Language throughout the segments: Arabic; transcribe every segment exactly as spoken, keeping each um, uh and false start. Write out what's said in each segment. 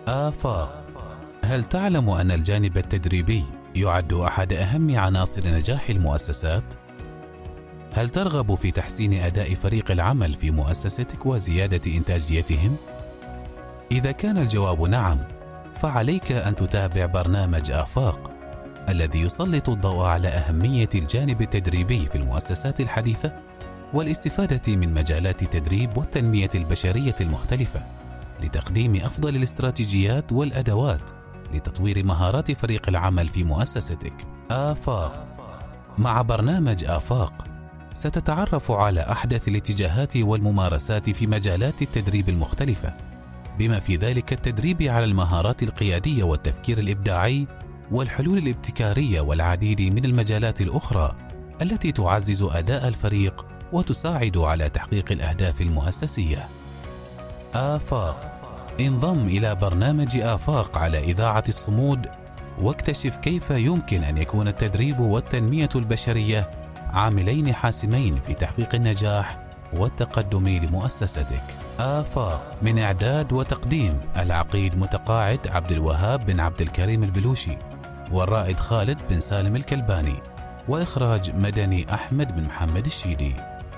آفاق. هل تعلم أن الجانب التدريبي يعد أحد أهم عناصر نجاح المؤسسات؟ هل ترغب في تحسين أداء فريق العمل في مؤسستك وزيادة إنتاجيتهم؟ إذا كان الجواب نعم، فعليك أن تتابع برنامج آفاق الذي يسلط الضوء على أهمية الجانب التدريبي في المؤسسات الحديثة والاستفادة من مجالات التدريب والتنمية البشرية المختلفة لتقديم أفضل الاستراتيجيات والأدوات لتطوير مهارات فريق العمل في مؤسستك. آفاق. مع برنامج آفاق ستتعرف على أحدث الاتجاهات والممارسات في مجالات التدريب المختلفة، بما في ذلك التدريب على المهارات القيادية والتفكير الإبداعي والحلول الابتكارية والعديد من المجالات الأخرى التي تعزز أداء الفريق وتساعد على تحقيق الأهداف المؤسسية. آفاق. انضم إلى برنامج آفاق على إذاعة الصمود واكتشف كيف يمكن أن يكون التدريب والتنمية البشرية عاملين حاسمين في تحقيق النجاح والتقدم لمؤسستك. آفاق. من إعداد وتقديم العقيد متقاعد عبد الوهاب بن عبد الكريم البلوشي، والرائد خالد بن سالم الكلباني، وإخراج مدني أحمد بن محمد الشيدي.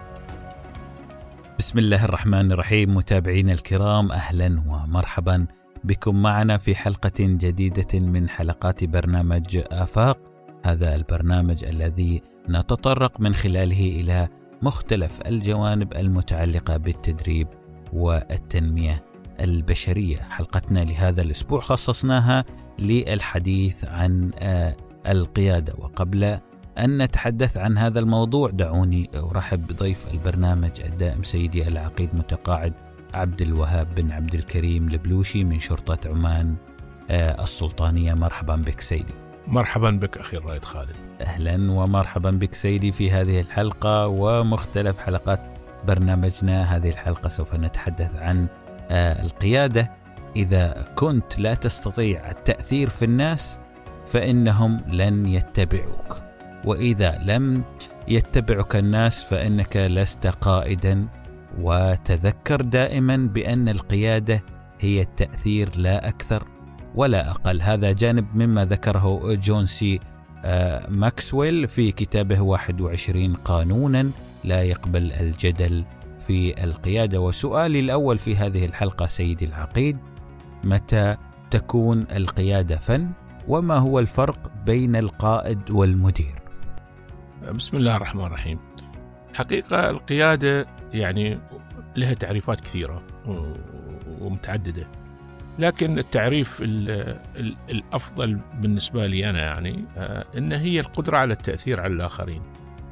بسم الله الرحمن الرحيم. متابعينا الكرام، أهلا ومرحبا بكم معنا في حلقة جديدة من حلقات برنامج آفاق، هذا البرنامج الذي نتطرق من خلاله إلى مختلف الجوانب المتعلقة بالتدريب والتنمية البشرية. حلقتنا لهذا الأسبوع خصصناها للحديث عن القيادة، وقبل أن نتحدث عن هذا الموضوع دعوني أرحب بضيف البرنامج الدائم سيدي العقيد متقاعد عبد الوهاب بن عبد الكريم البلوشي من شرطة عمان السلطانية. مرحبا بك سيدي. مرحبا بك أخي الرائد خالد. أهلا ومرحبا بك سيدي في هذه الحلقة ومختلف حلقات برنامجنا. هذه الحلقة سوف نتحدث عن القيادة. إذا كنت لا تستطيع التأثير في الناس فإنهم لن يتبعوك، وإذا لم يتبعك الناس فإنك لست قائدا. وتذكر دائما بأن القيادة هي التأثير لا أكثر ولا أقل. هذا جانب مما ذكره جون سي ماكسويل في كتابه واحد وعشرين قانونا لا يقبل الجدل في القيادة. وسؤالي الأول في هذه الحلقة سيدي العقيد: متى تكون القيادة فن؟ وما هو الفرق بين القائد والمدير؟ بسم الله الرحمن الرحيم. حقيقة القيادة يعني لها تعريفات كثيرة ومتعددة، لكن التعريف الأفضل بالنسبة لي أنا يعني إن هي القدرة على التأثير على الآخرين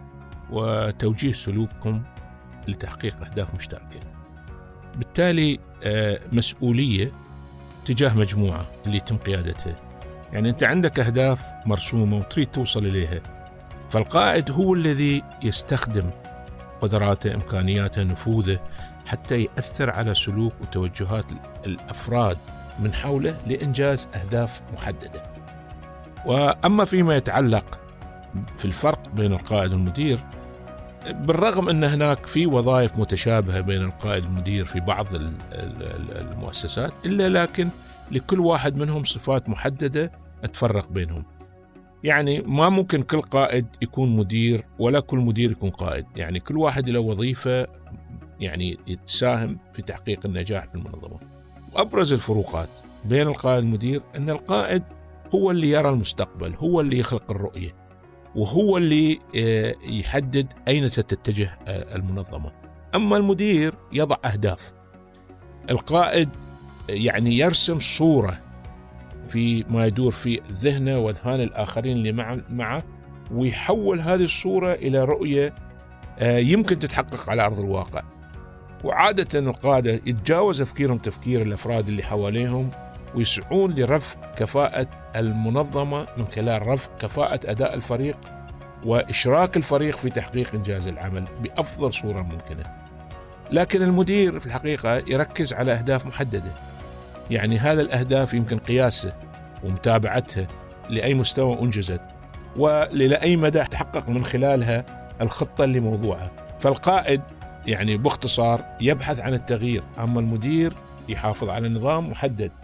وتوجيه سلوكهم لتحقيق أهداف مشتركة. بالتالي مسؤولية تجاه مجموعة اللي يتم قيادتها. يعني أنت عندك أهداف مرسومة وتريد توصل إليها، فالقائد هو الذي يستخدم قدراته، إمكانياته، نفوذه حتى يأثر على سلوك وتوجهات الأفراد من حوله لإنجاز أهداف محددة. وأما فيما يتعلق في الفرق بين القائد والمدير، بالرغم أن هناك في وظائف متشابهة بين القائد والمدير في بعض المؤسسات، إلا لكن لكل واحد منهم صفات محددة تفرق بينهم. يعني ما ممكن كل قائد يكون مدير ولا كل مدير يكون قائد، يعني كل واحد له وظيفة يعني يتساهم في تحقيق النجاح في المنظمة. وأبرز الفروقات بين القائد والمدير أن القائد هو اللي يرى المستقبل، هو اللي يخلق الرؤية، وهو اللي يحدد أين ستتجه المنظمة. أما المدير يضع أهداف. القائد يعني يرسم صورة في ما يدور في ذهنه وذهان الآخرين اللي معه، ويحول هذه الصورة إلى رؤية يمكن تتحقق على أرض الواقع. وعادة القادة يتجاوز تفكيرهم تفكير الأفراد اللي حواليهم، ويسعون لرفع كفاءة المنظمة من خلال رفع كفاءة أداء الفريق وإشراك الفريق في تحقيق إنجاز العمل بأفضل صورة ممكنة. لكن المدير في الحقيقة يركز على أهداف محددة، يعني هذا الأهداف يمكن قياسه ومتابعتها لأي مستوى أنجزت ولأي مدى تحقق من خلالها الخطة اللي موضوعها. فالقائد يعني باختصار يبحث عن التغيير، أما المدير يحافظ على نظام محدد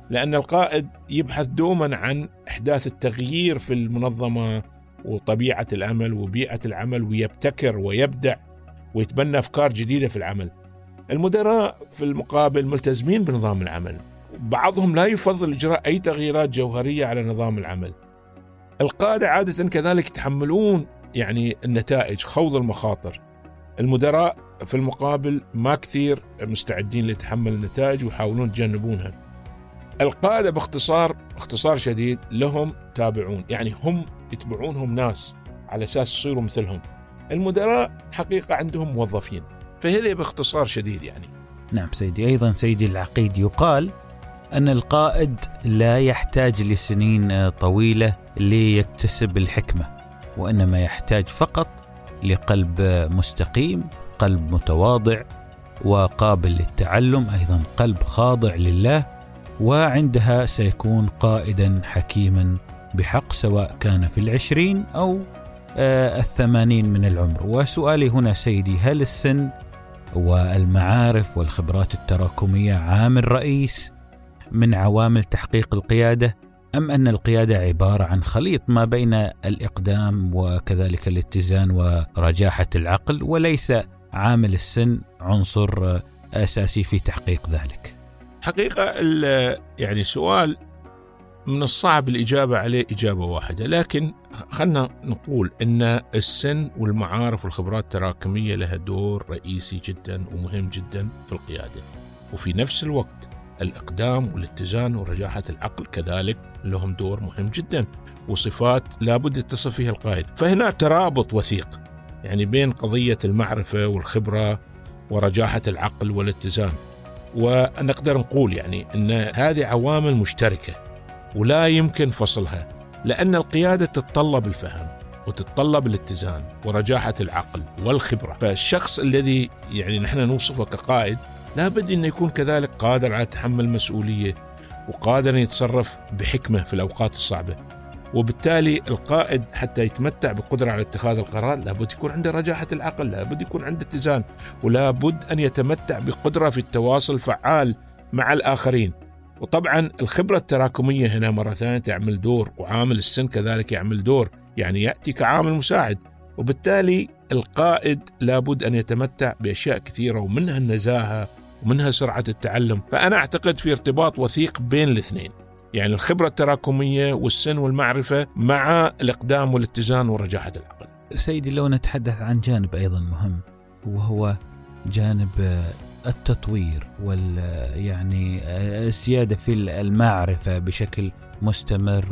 لأن القائد يبحث دوما عن إحداث التغيير في المنظمة وطبيعة العمل وبيئة العمل، ويبتكر ويبدع ويتبنى أفكار جديدة في العمل. المدراء في المقابل ملتزمين بنظام العمل، بعضهم لا يفضل إجراء أي تغييرات جوهرية على نظام العمل. القادة عادة كذلك يتحملون يعني النتائج، خوض المخاطر. المدراء في المقابل ما كثير مستعدين لتحمل النتائج ويحاولون يتجنبونها. القادة باختصار اختصار شديد لهم تابعون، يعني هم يتبعونهم ناس على أساس يصيروا مثلهم. المدراء حقيقة عندهم موظفين، فهذا باختصار شديد يعني. نعم سيدي. أيضا سيدي العقيد، يقال أن القائد لا يحتاج لسنين طويلة ليكتسب الحكمة، وإنما يحتاج فقط لقلب مستقيم، قلب متواضع وقابل للتعلم، أيضا قلب خاضع لله، وعندها سيكون قائدا حكيما بحق، سواء كان في العشرين أو الثمانين من العمر. وسؤالي هنا سيدي، هل السن والمعارف والخبرات التراكمية عامل رئيس من عوامل تحقيق القيادة، أم أن القيادة عبارة عن خليط ما بين الإقدام وكذلك الاتزان ورجاحة العقل، وليس عامل السن عنصر أساسي في تحقيق ذلك؟ حقيقة يعني سؤال من الصعب الإجابة عليه إجابة واحدة، لكن خلنا نقول أن السن والمعارف والخبرات التراكمية لها دور رئيسي جدا ومهم جدا في القيادة، وفي نفس الوقت الإقدام والاتزان ورجاحة العقل كذلك لهم دور مهم جدا، وصفات لابد يتصف فيها القائد. فهنا ترابط وثيق يعني بين قضية المعرفة والخبرة ورجاحة العقل والاتزان، ونقدر نقول يعني أن هذه عوامل مشتركة ولا يمكن فصلها، لأن القيادة تتطلب الفهم وتتطلب الاتزان ورجاحة العقل والخبرة. فالشخص الذي يعني نحن نوصفه كقائد لابد أن يكون كذلك قادر على تحمل مسؤولية، وقادر أن يتصرف بحكمة في الأوقات الصعبة. وبالتالي القائد حتى يتمتع بقدرة على اتخاذ القرار لابد يكون عنده رجاحة العقل، لابد يكون عنده اتزان، ولابد أن يتمتع بقدرة في التواصل فعال مع الآخرين. وطبعا الخبرة التراكمية هنا مرة ثانية تعمل دور، وعامل السن كذلك يعمل دور، يعني يأتي كعامل مساعد. وبالتالي القائد لابد أن يتمتع بأشياء كثيرة، ومنها النزاهة ومنها سرعة التعلم. فأنا أعتقد في ارتباط وثيق بين الاثنين، يعني الخبرة التراكمية والسن والمعرفة مع الإقدام والاتزان ورجاحة العقل. سيدي، لو نتحدث عن جانب أيضا مهم، وهو جانب التطوير وال يعني الزيادة في المعرفة بشكل مستمر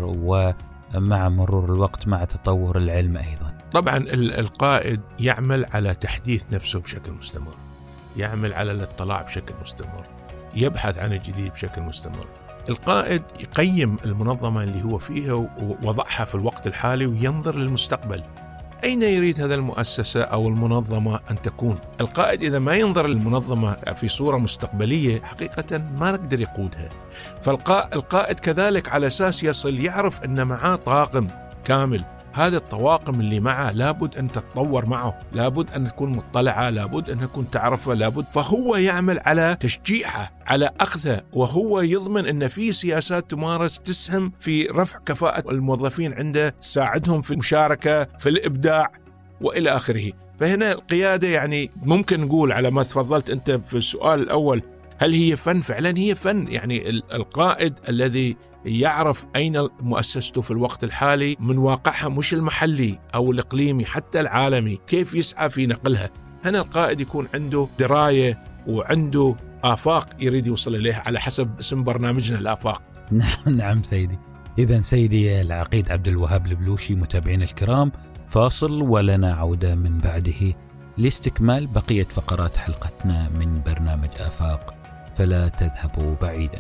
ومع مرور الوقت مع تطور العلم أيضا. طبعا القائد يعمل على تحديث نفسه بشكل مستمر، يعمل على الاطلاع بشكل مستمر، يبحث عن الجديد بشكل مستمر. القائد يقيم المنظمة اللي هو فيها ووضعها في الوقت الحالي، وينظر للمستقبل، أين يريد هذا المؤسسة أو المنظمة أن تكون. القائد إذا ما ينظر للمنظمة في صورة مستقبلية حقيقة ما نقدر يقودها. فالقائد كذلك على أساس يصل يعرف أن معاه طاقم كامل، هذا الطواقم اللي معه لابد أن تتطور معه، لابد أن تكون مطلعة، لابد أن تكون تعرفه، لابد. فهو يعمل على تشجيعها، على أخذها، وهو يضمن أن في سياسات تمارس تسهم في رفع كفاءة الموظفين عنده، تساعدهم في المشاركة في الإبداع وإلى آخره. فهنا القيادة يعني ممكن نقول على ما تفضلت أنت في السؤال الأول، هل هي فن؟ فعلا هي فن. يعني القائد الذي يعرف أين مؤسسته في الوقت الحالي من واقعها، مش المحلي أو الإقليمي، حتى العالمي، كيف يسعى في نقلها. هنا القائد يكون عنده دراية وعنده آفاق يريد يوصل إليها على حسب اسم برنامجنا الآفاق. نعم سيدي. إذن سيدي العقيد عبد الوهاب البلوشي، متابعين الكرام، فاصل ولنا عودة من بعده لاستكمال بقية فقرات حلقتنا من برنامج آفاق، فلا تذهبوا بعيدا.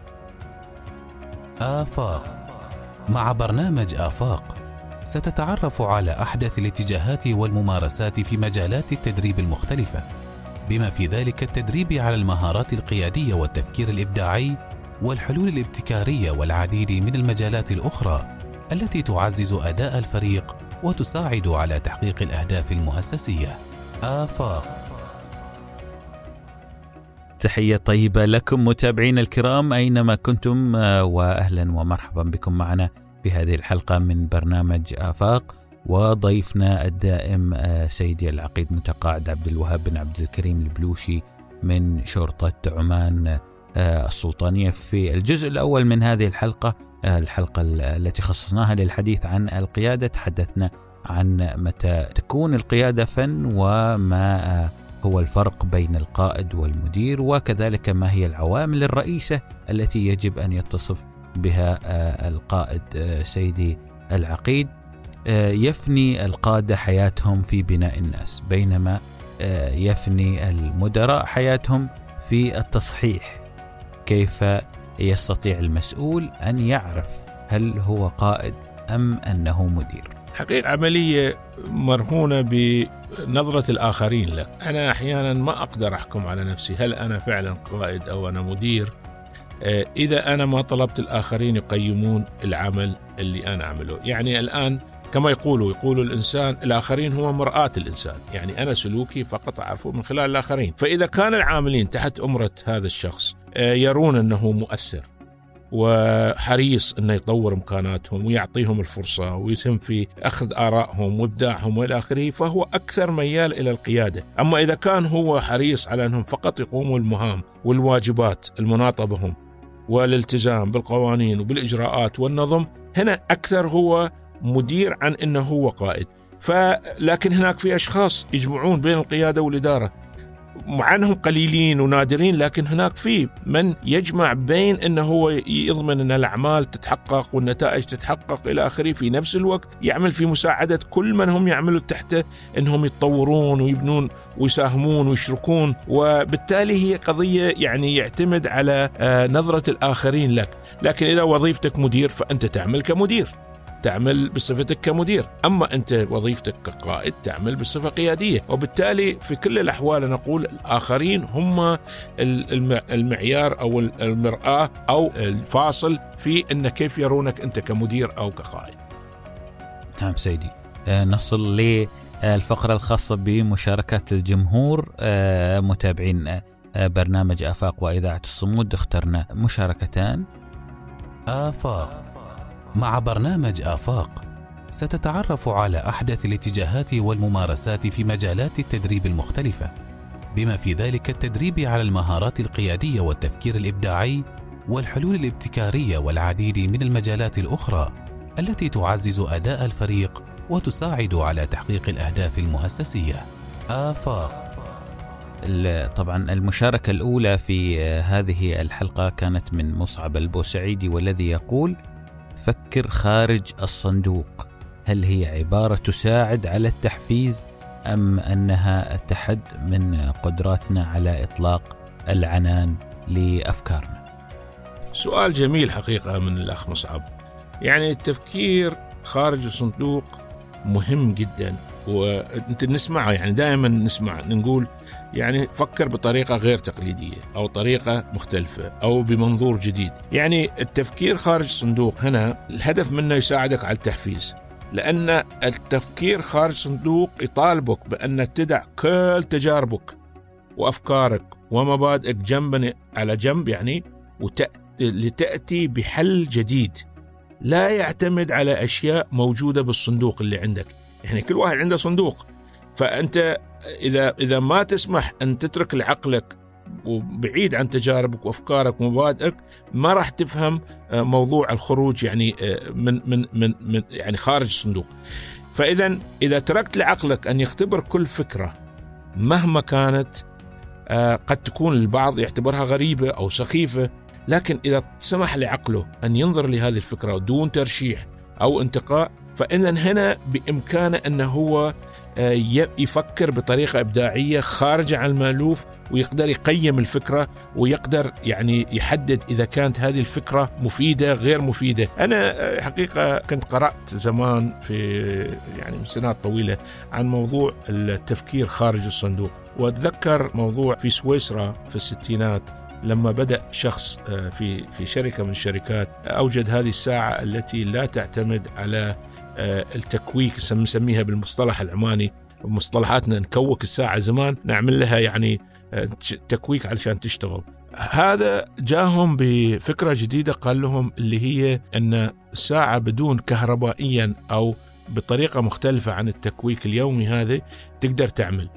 آفاق. مع برنامج آفاق ستتعرف على أحدث الاتجاهات والممارسات في مجالات التدريب المختلفة، بما في ذلك التدريب على المهارات القيادية والتفكير الإبداعي والحلول الابتكارية والعديد من المجالات الأخرى التي تعزز أداء الفريق وتساعد على تحقيق الأهداف المؤسسية. آفاق. تحية طيبة لكم متابعين الكرام أينما كنتم، وأهلا ومرحبا بكم معنا في هذه الحلقة من برنامج آفاق، وضيفنا الدائم سيدي العقيد متقاعد عبد الوهاب بن عبد الكريم البلوشي من شرطة عمان السلطانية. في الجزء الأول من هذه الحلقة، الحلقة التي خصصناها للحديث عن القيادة، تحدثنا عن متى تكون القيادة فن، وما هو الفرق بين القائد والمدير، وكذلك ما هي العوامل الرئيسة التي يجب أن يتصف بها القائد. سيدي العقيد، يفني القادة حياتهم في بناء الناس، بينما يفني المدراء حياتهم في التصحيح. كيف يستطيع المسؤول أن يعرف هل هو قائد أم أنه مدير؟ حقيقة عملية مرهونة بنظرة الآخرين لك. أنا أحيانا ما أقدر أحكم على نفسي هل أنا فعلا قائد أو أنا مدير إذا أنا ما طلبت الآخرين يقيمون العمل اللي أنا أعمله. يعني الآن كما يقولوا يقولوا الإنسان الآخرين هو مرآة الإنسان، يعني أنا سلوكي فقط أعرفه من خلال الآخرين. فإذا كان العاملين تحت أمرة هذا الشخص يرون أنه مؤثر وحريص أنه يطور إمكاناتهم ويعطيهم الفرصة ويسهم في أخذ آرائهم وإبداعهم وإلى آخره، فهو أكثر ميال إلى القيادة. أما إذا كان هو حريص على أنهم فقط يقوموا المهام والواجبات المناطة بهم والالتزام بالقوانين وبالإجراءات والنظم، هنا أكثر هو مدير عن أنه هو قائد. فلكن هناك في أشخاص يجمعون بين القيادة والإدارة، مع أنهم قليلين ونادرين، لكن هناك في من يجمع بين أنه هو يضمن أن الأعمال تتحقق والنتائج تتحقق إلى آخره، في نفس الوقت يعمل في مساعدة كل من هم يعملوا تحته أنهم يتطورون ويبنون ويساهمون ويشركون. وبالتالي هي قضية يعني يعتمد على نظرة الآخرين لك. لكن إذا وظيفتك مدير فأنت تعمل كمدير، تعمل بصفتك كمدير. أما أنت وظيفتك كقائد تعمل بصفة قيادية. وبالتالي في كل الأحوال نقول الآخرين هم المعيار أو المرآة أو الفاصل في أن كيف يرونك أنت كمدير أو كقائد. نعم سيدي، نصل للفقرة الخاصة بمشاركات الجمهور. متابعين برنامج آفاق وإذاعة الصمود اخترنا مشاركتان. آفاق. مع برنامج آفاق ستتعرف على أحدث الاتجاهات والممارسات في مجالات التدريب المختلفة، بما في ذلك التدريب على المهارات القيادية والتفكير الإبداعي والحلول الابتكارية والعديد من المجالات الأخرى التي تعزز أداء الفريق وتساعد على تحقيق الأهداف المؤسسية. آفاق. طبعا المشاركة الأولى في هذه الحلقة كانت من مصعب البوسعيدي، والذي يقول: فكر خارج الصندوق. هل هي عبارة تساعد على التحفيز أم أنها تحد من قدراتنا على إطلاق العنان لأفكارنا؟ سؤال جميل حقيقة من الأخ مصعب. يعني التفكير خارج الصندوق مهم جدا، وانت نسمعه يعني دائما نسمع نقول يعني فكر بطريقة غير تقليدية أو طريقة مختلفة أو بمنظور جديد. يعني التفكير خارج الصندوق هنا الهدف منه يساعدك على التحفيز، لأن التفكير خارج الصندوق يطالبك بأن تدع كل تجاربك وأفكارك ومبادئك جنبا على جنب، يعني لتأتي بحل جديد لا يعتمد على أشياء موجودة بالصندوق اللي عندك. يعني كل واحد عنده صندوق، فأنت إذا إذا ما تسمح أن تترك لعقلك وبعيد عن تجاربك وأفكارك ومبادئك، ما راح تفهم موضوع الخروج يعني من من من, من يعني خارج الصندوق. فإذا إذا تركت لعقلك أن يختبر كل فكرة مهما كانت، قد تكون البعض يعتبرها غريبة أو سخيفة، لكن إذا سمح لعقله أن ينظر لهذه الفكرة دون ترشيح أو انتقاء، فإذن هنا بإمكانه أنه هو يفكر بطريقة إبداعية خارجة عن المألوف، ويقدر يقيم الفكرة ويقدر يعني يحدد إذا كانت هذه الفكرة مفيدة غير مفيدة. أنا حقيقة كنت قرأت زمان في يعني سنوات طويلة عن موضوع التفكير خارج الصندوق، وأتذكر موضوع في سويسرا في الستينات لما بدأ شخص في في شركة من الشركات أوجد هذه الساعة التي لا تعتمد على التكويك، نسميها بالمصطلح العماني، بمصطلحاتنا نكوك الساعة زمان، نعمل لها يعني تكويك علشان تشتغل. هذا جاهم بفكرة جديدة قال لهم اللي هي أن الساعة بدون كهربائيا أو بطريقة مختلفة عن التكويك اليومي هذا تقدر تعمل.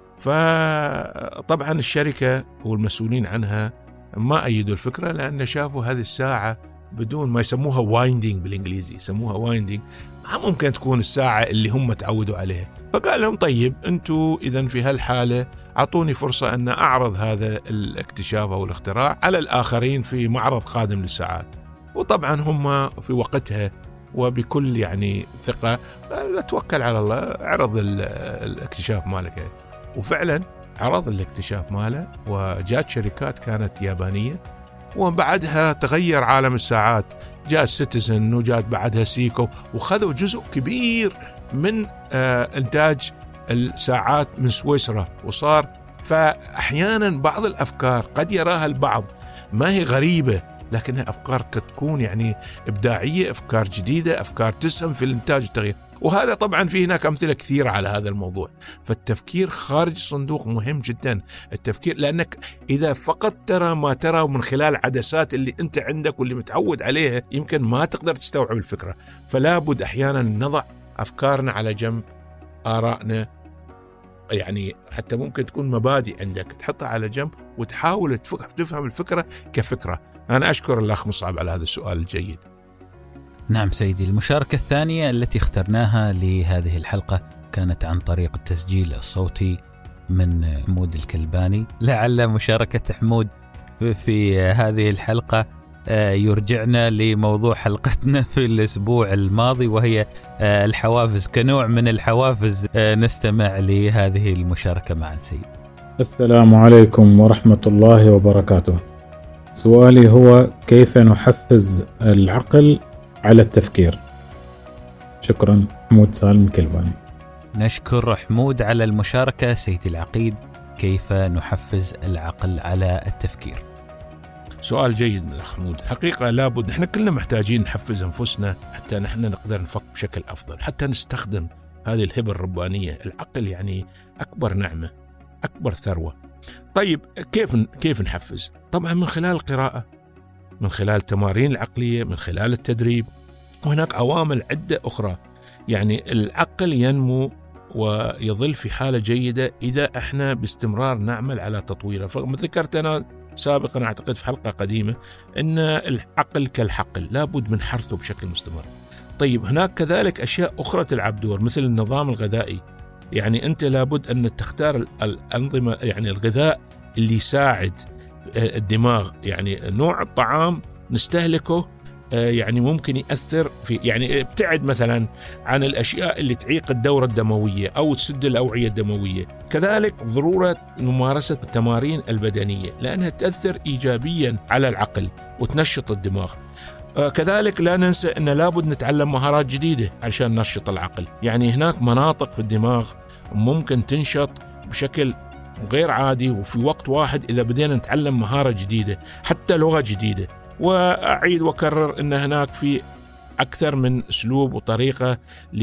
فطبعا الشركة والمسؤولين عنها ما أيدوا الفكرة، لأن شافوا هذه الساعة بدون ما يسموها وايندينج بالإنجليزي، يسموها وايندينج، ما ممكن تكون الساعة اللي هم تعودوا عليها. فقال لهم طيب أنتوا إذن في هالحالة أعطوني فرصة أن أعرض هذا الاكتشاف أو الاختراع على الآخرين في معرض قادم للساعات. وطبعا هم في وقتها وبكل يعني ثقة توكل على الله عرض الاكتشاف مالك. وفعلا عرض الاكتشاف ماله وجات شركات كانت يابانية، وبعدها تغير عالم الساعات، جاء سيتيزن وجات بعدها سيكو، وخذوا جزء كبير من آه إنتاج الساعات من سويسرا وصار. فأحيانا بعض الأفكار قد يراها البعض ما هي غريبة، لكنها أفكار قد تكون يعني إبداعية، أفكار جديدة، أفكار تسهم في الإنتاج والتغيير. وهذا طبعا في هناك أمثلة كثيرة على هذا الموضوع. فالتفكير خارج الصندوق مهم جدا، التفكير، لأنك إذا فقط ترى ما ترى من خلال عدسات اللي أنت عندك واللي متعود عليها يمكن ما تقدر تستوعب الفكرة. فلا بد أحيانا نضع أفكارنا على جنب، آرائنا يعني حتى ممكن تكون مبادئ عندك تحطها على جنب وتحاول تفهم الفكرة كفكرة. أنا أشكر الأخ مصعب على هذا السؤال الجيد. نعم سيدي. المشاركة الثانية التي اخترناها لهذه الحلقة كانت عن طريق التسجيل الصوتي من حمود الكلباني. لعل مشاركة حمود في هذه الحلقة يرجعنا لموضوع حلقتنا في الأسبوع الماضي، وهي الحوافز. كنوع من الحوافز نستمع لهذه المشاركة معا سيدي. السلام عليكم ورحمة الله وبركاته. سؤالي هو كيف نحفز العقل على التفكير؟ شكرا. حمود سالم الكلباني. نشكر حمود على المشاركة. سيدي العقيد، كيف نحفز العقل على التفكير؟ سؤال جيد من الأخ حمود. حقيقة لابد، نحن كلنا محتاجين نحفز أنفسنا حتى نحن نقدر نفكر بشكل أفضل، حتى نستخدم هذه الهبة الربانية. العقل يعني أكبر نعمة، أكبر ثروة. طيب كيف كيف نحفز؟ طبعا من خلال القراءة، من خلال التمارين العقلية، من خلال التدريب، وهناك عوامل عدة أخرى. يعني العقل ينمو ويظل في حالة جيدة إذا احنا باستمرار نعمل على تطويره. فذكرت أنا سابقا أعتقد في حلقة قديمة أن العقل كالحقل لابد من حرثه بشكل مستمر. طيب هناك كذلك أشياء أخرى تلعب دور مثل النظام الغذائي. يعني أنت لابد أن تختار الأنظمة، يعني الغذاء اللي يساعد الدماغ. يعني نوع الطعام نستهلكه يعني ممكن يأثر في، يعني ابتعد مثلا عن الأشياء اللي تعيق الدورة الدموية أو تسد الأوعية الدموية. كذلك ضرورة ممارسة التمارين البدنية لأنها تأثر إيجابيا على العقل وتنشط الدماغ. كذلك لا ننسى أن لابد نتعلم مهارات جديدة عشان ننشط العقل. يعني هناك مناطق في الدماغ ممكن تنشط بشكل غير عادي وفي وقت واحد إذا بدينا نتعلم مهارة جديدة، حتى لغة جديدة. وأعيد وأكرر أن هناك في أكثر من أسلوب وطريقة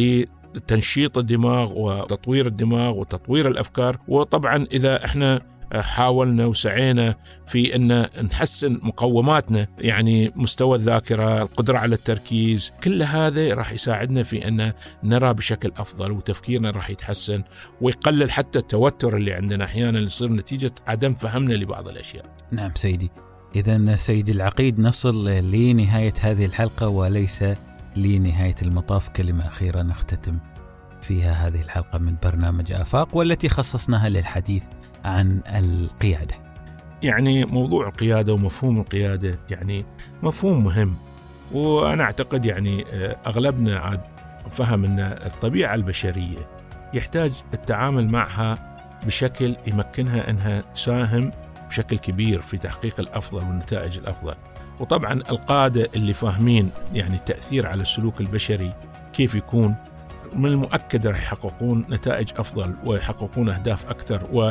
لتنشيط الدماغ وتطوير الدماغ وتطوير الأفكار. وطبعا إذا إحنا حاولنا وسعينا في أن نحسن مقوماتنا، يعني مستوى الذاكرة، القدرة على التركيز، كل هذا راح يساعدنا في أن نرى بشكل أفضل وتفكيرنا راح يتحسن ويقلل حتى التوتر اللي عندنا أحيانا يصير نتيجة عدم فهمنا لبعض الأشياء. نعم سيدي. إذن سيدي العقيد نصل لنهاية هذه الحلقة وليس لنهاية المطاف. كلمة أخيرة نختتم فيها هذه الحلقة من برنامج آفاق والتي خصصناها للحديث عن القيادة. يعني موضوع القيادة ومفهوم القيادة يعني مفهوم مهم، وأنا أعتقد يعني أغلبنا عاد فهم أن الطبيعة البشرية يحتاج التعامل معها بشكل يمكنها أنها تساهم بشكل كبير في تحقيق الأفضل والنتائج الأفضل. وطبعا القادة اللي فاهمين يعني التأثير على السلوك البشري كيف يكون، من المؤكد راح يحققون نتائج أفضل ويحققون أهداف أكثر.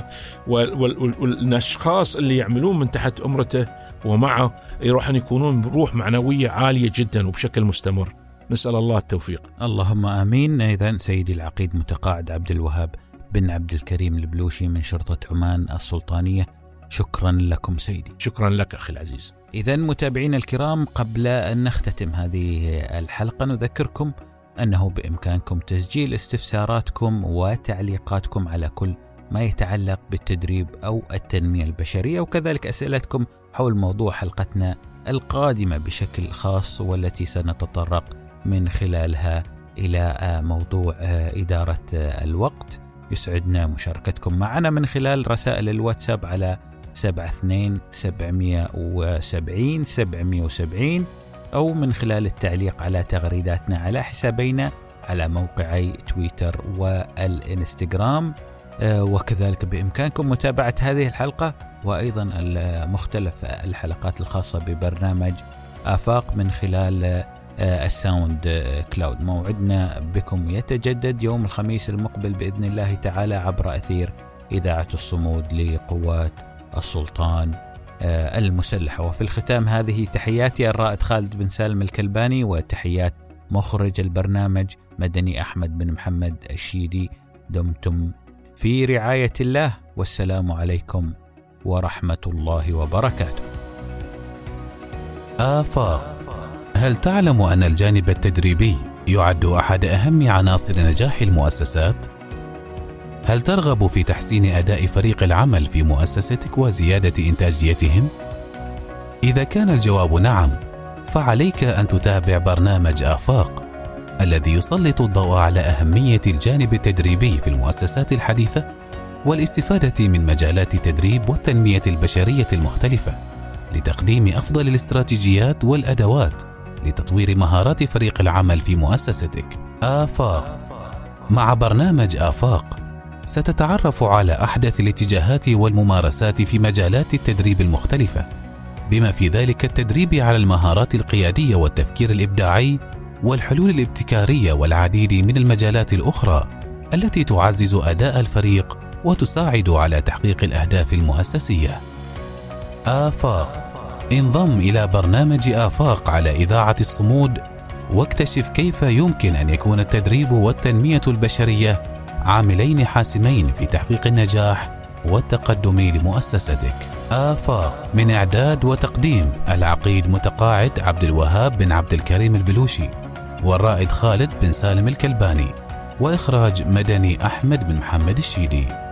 والأشخاص اللي يعملون من تحت أمرته ومعه يروح أن يكونون بروح معنوية عالية جدا وبشكل مستمر. نسأل الله التوفيق. اللهم آمين. إذن سيدي العقيد متقاعد عبد الوهاب بن عبد الكريم البلوشي من شرطة عمان السلطانية. شكرا لكم سيدي. شكرا لك أخي العزيز. إذن متابعينا الكرام، قبل أن نختتم هذه الحلقة نذكركم أنه بإمكانكم تسجيل استفساراتكم وتعليقاتكم على كل ما يتعلق بالتدريب أو التنمية البشرية، وكذلك أسئلتكم حول موضوع حلقتنا القادمة بشكل خاص، والتي سنتطرق من خلالها إلى موضوع إدارة الوقت. يسعدنا مشاركتكم معنا من خلال رسائل الواتساب على سبعة اثنين سبعمية وسبعين سبعمية وسبعين، أو من خلال التعليق على تغريداتنا على حسابينا على موقعي تويتر والإنستغرام. وكذلك بإمكانكم متابعة هذه الحلقة وأيضا مختلف الحلقات الخاصة ببرنامج آفاق من خلال الساوند كلاود. موعدنا بكم يتجدد يوم الخميس المقبل بإذن الله تعالى عبر أثير إذاعة الصمود لقوات السلطان المسلحة. وفي الختام هذه تحياتي الرائد خالد بن سالم الكلباني، وتحيات مخرج البرنامج مدني أحمد بن محمد الشيدي. دمتم في رعاية الله، والسلام عليكم ورحمة الله وبركاته. آفاق. هل تعلم أن الجانب التدريبي يعد أحد أهم عناصر نجاح المؤسسات؟ هل ترغب في تحسين أداء فريق العمل في مؤسستك وزيادة إنتاجيتهم؟ إذا كان الجواب نعم، فعليك أن تتابع برنامج آفاق الذي يسلط الضوء على أهمية الجانب التدريبي في المؤسسات الحديثة والاستفادة من مجالات التدريب والتنمية البشرية المختلفة لتقديم أفضل الاستراتيجيات والأدوات لتطوير مهارات فريق العمل في مؤسستك. آفاق. مع برنامج آفاق ستتعرف على أحدث الاتجاهات والممارسات في مجالات التدريب المختلفة، بما في ذلك التدريب على المهارات القيادية والتفكير الإبداعي والحلول الابتكارية والعديد من المجالات الأخرى التي تعزز أداء الفريق وتساعد على تحقيق الأهداف المؤسسية. آفاق. انضم إلى برنامج آفاق على إذاعة الصمود، واكتشف كيف يمكن أن يكون التدريب والتنمية البشرية عاملين حاسمين في تحقيق النجاح والتقدم لمؤسستك. آفاق. من إعداد وتقديم العقيد متقاعد عبد الوهاب بن عبد الكريم البلوشي، والرائد خالد بن سالم الكلباني، وإخراج مدني أحمد بن محمد الشيدي.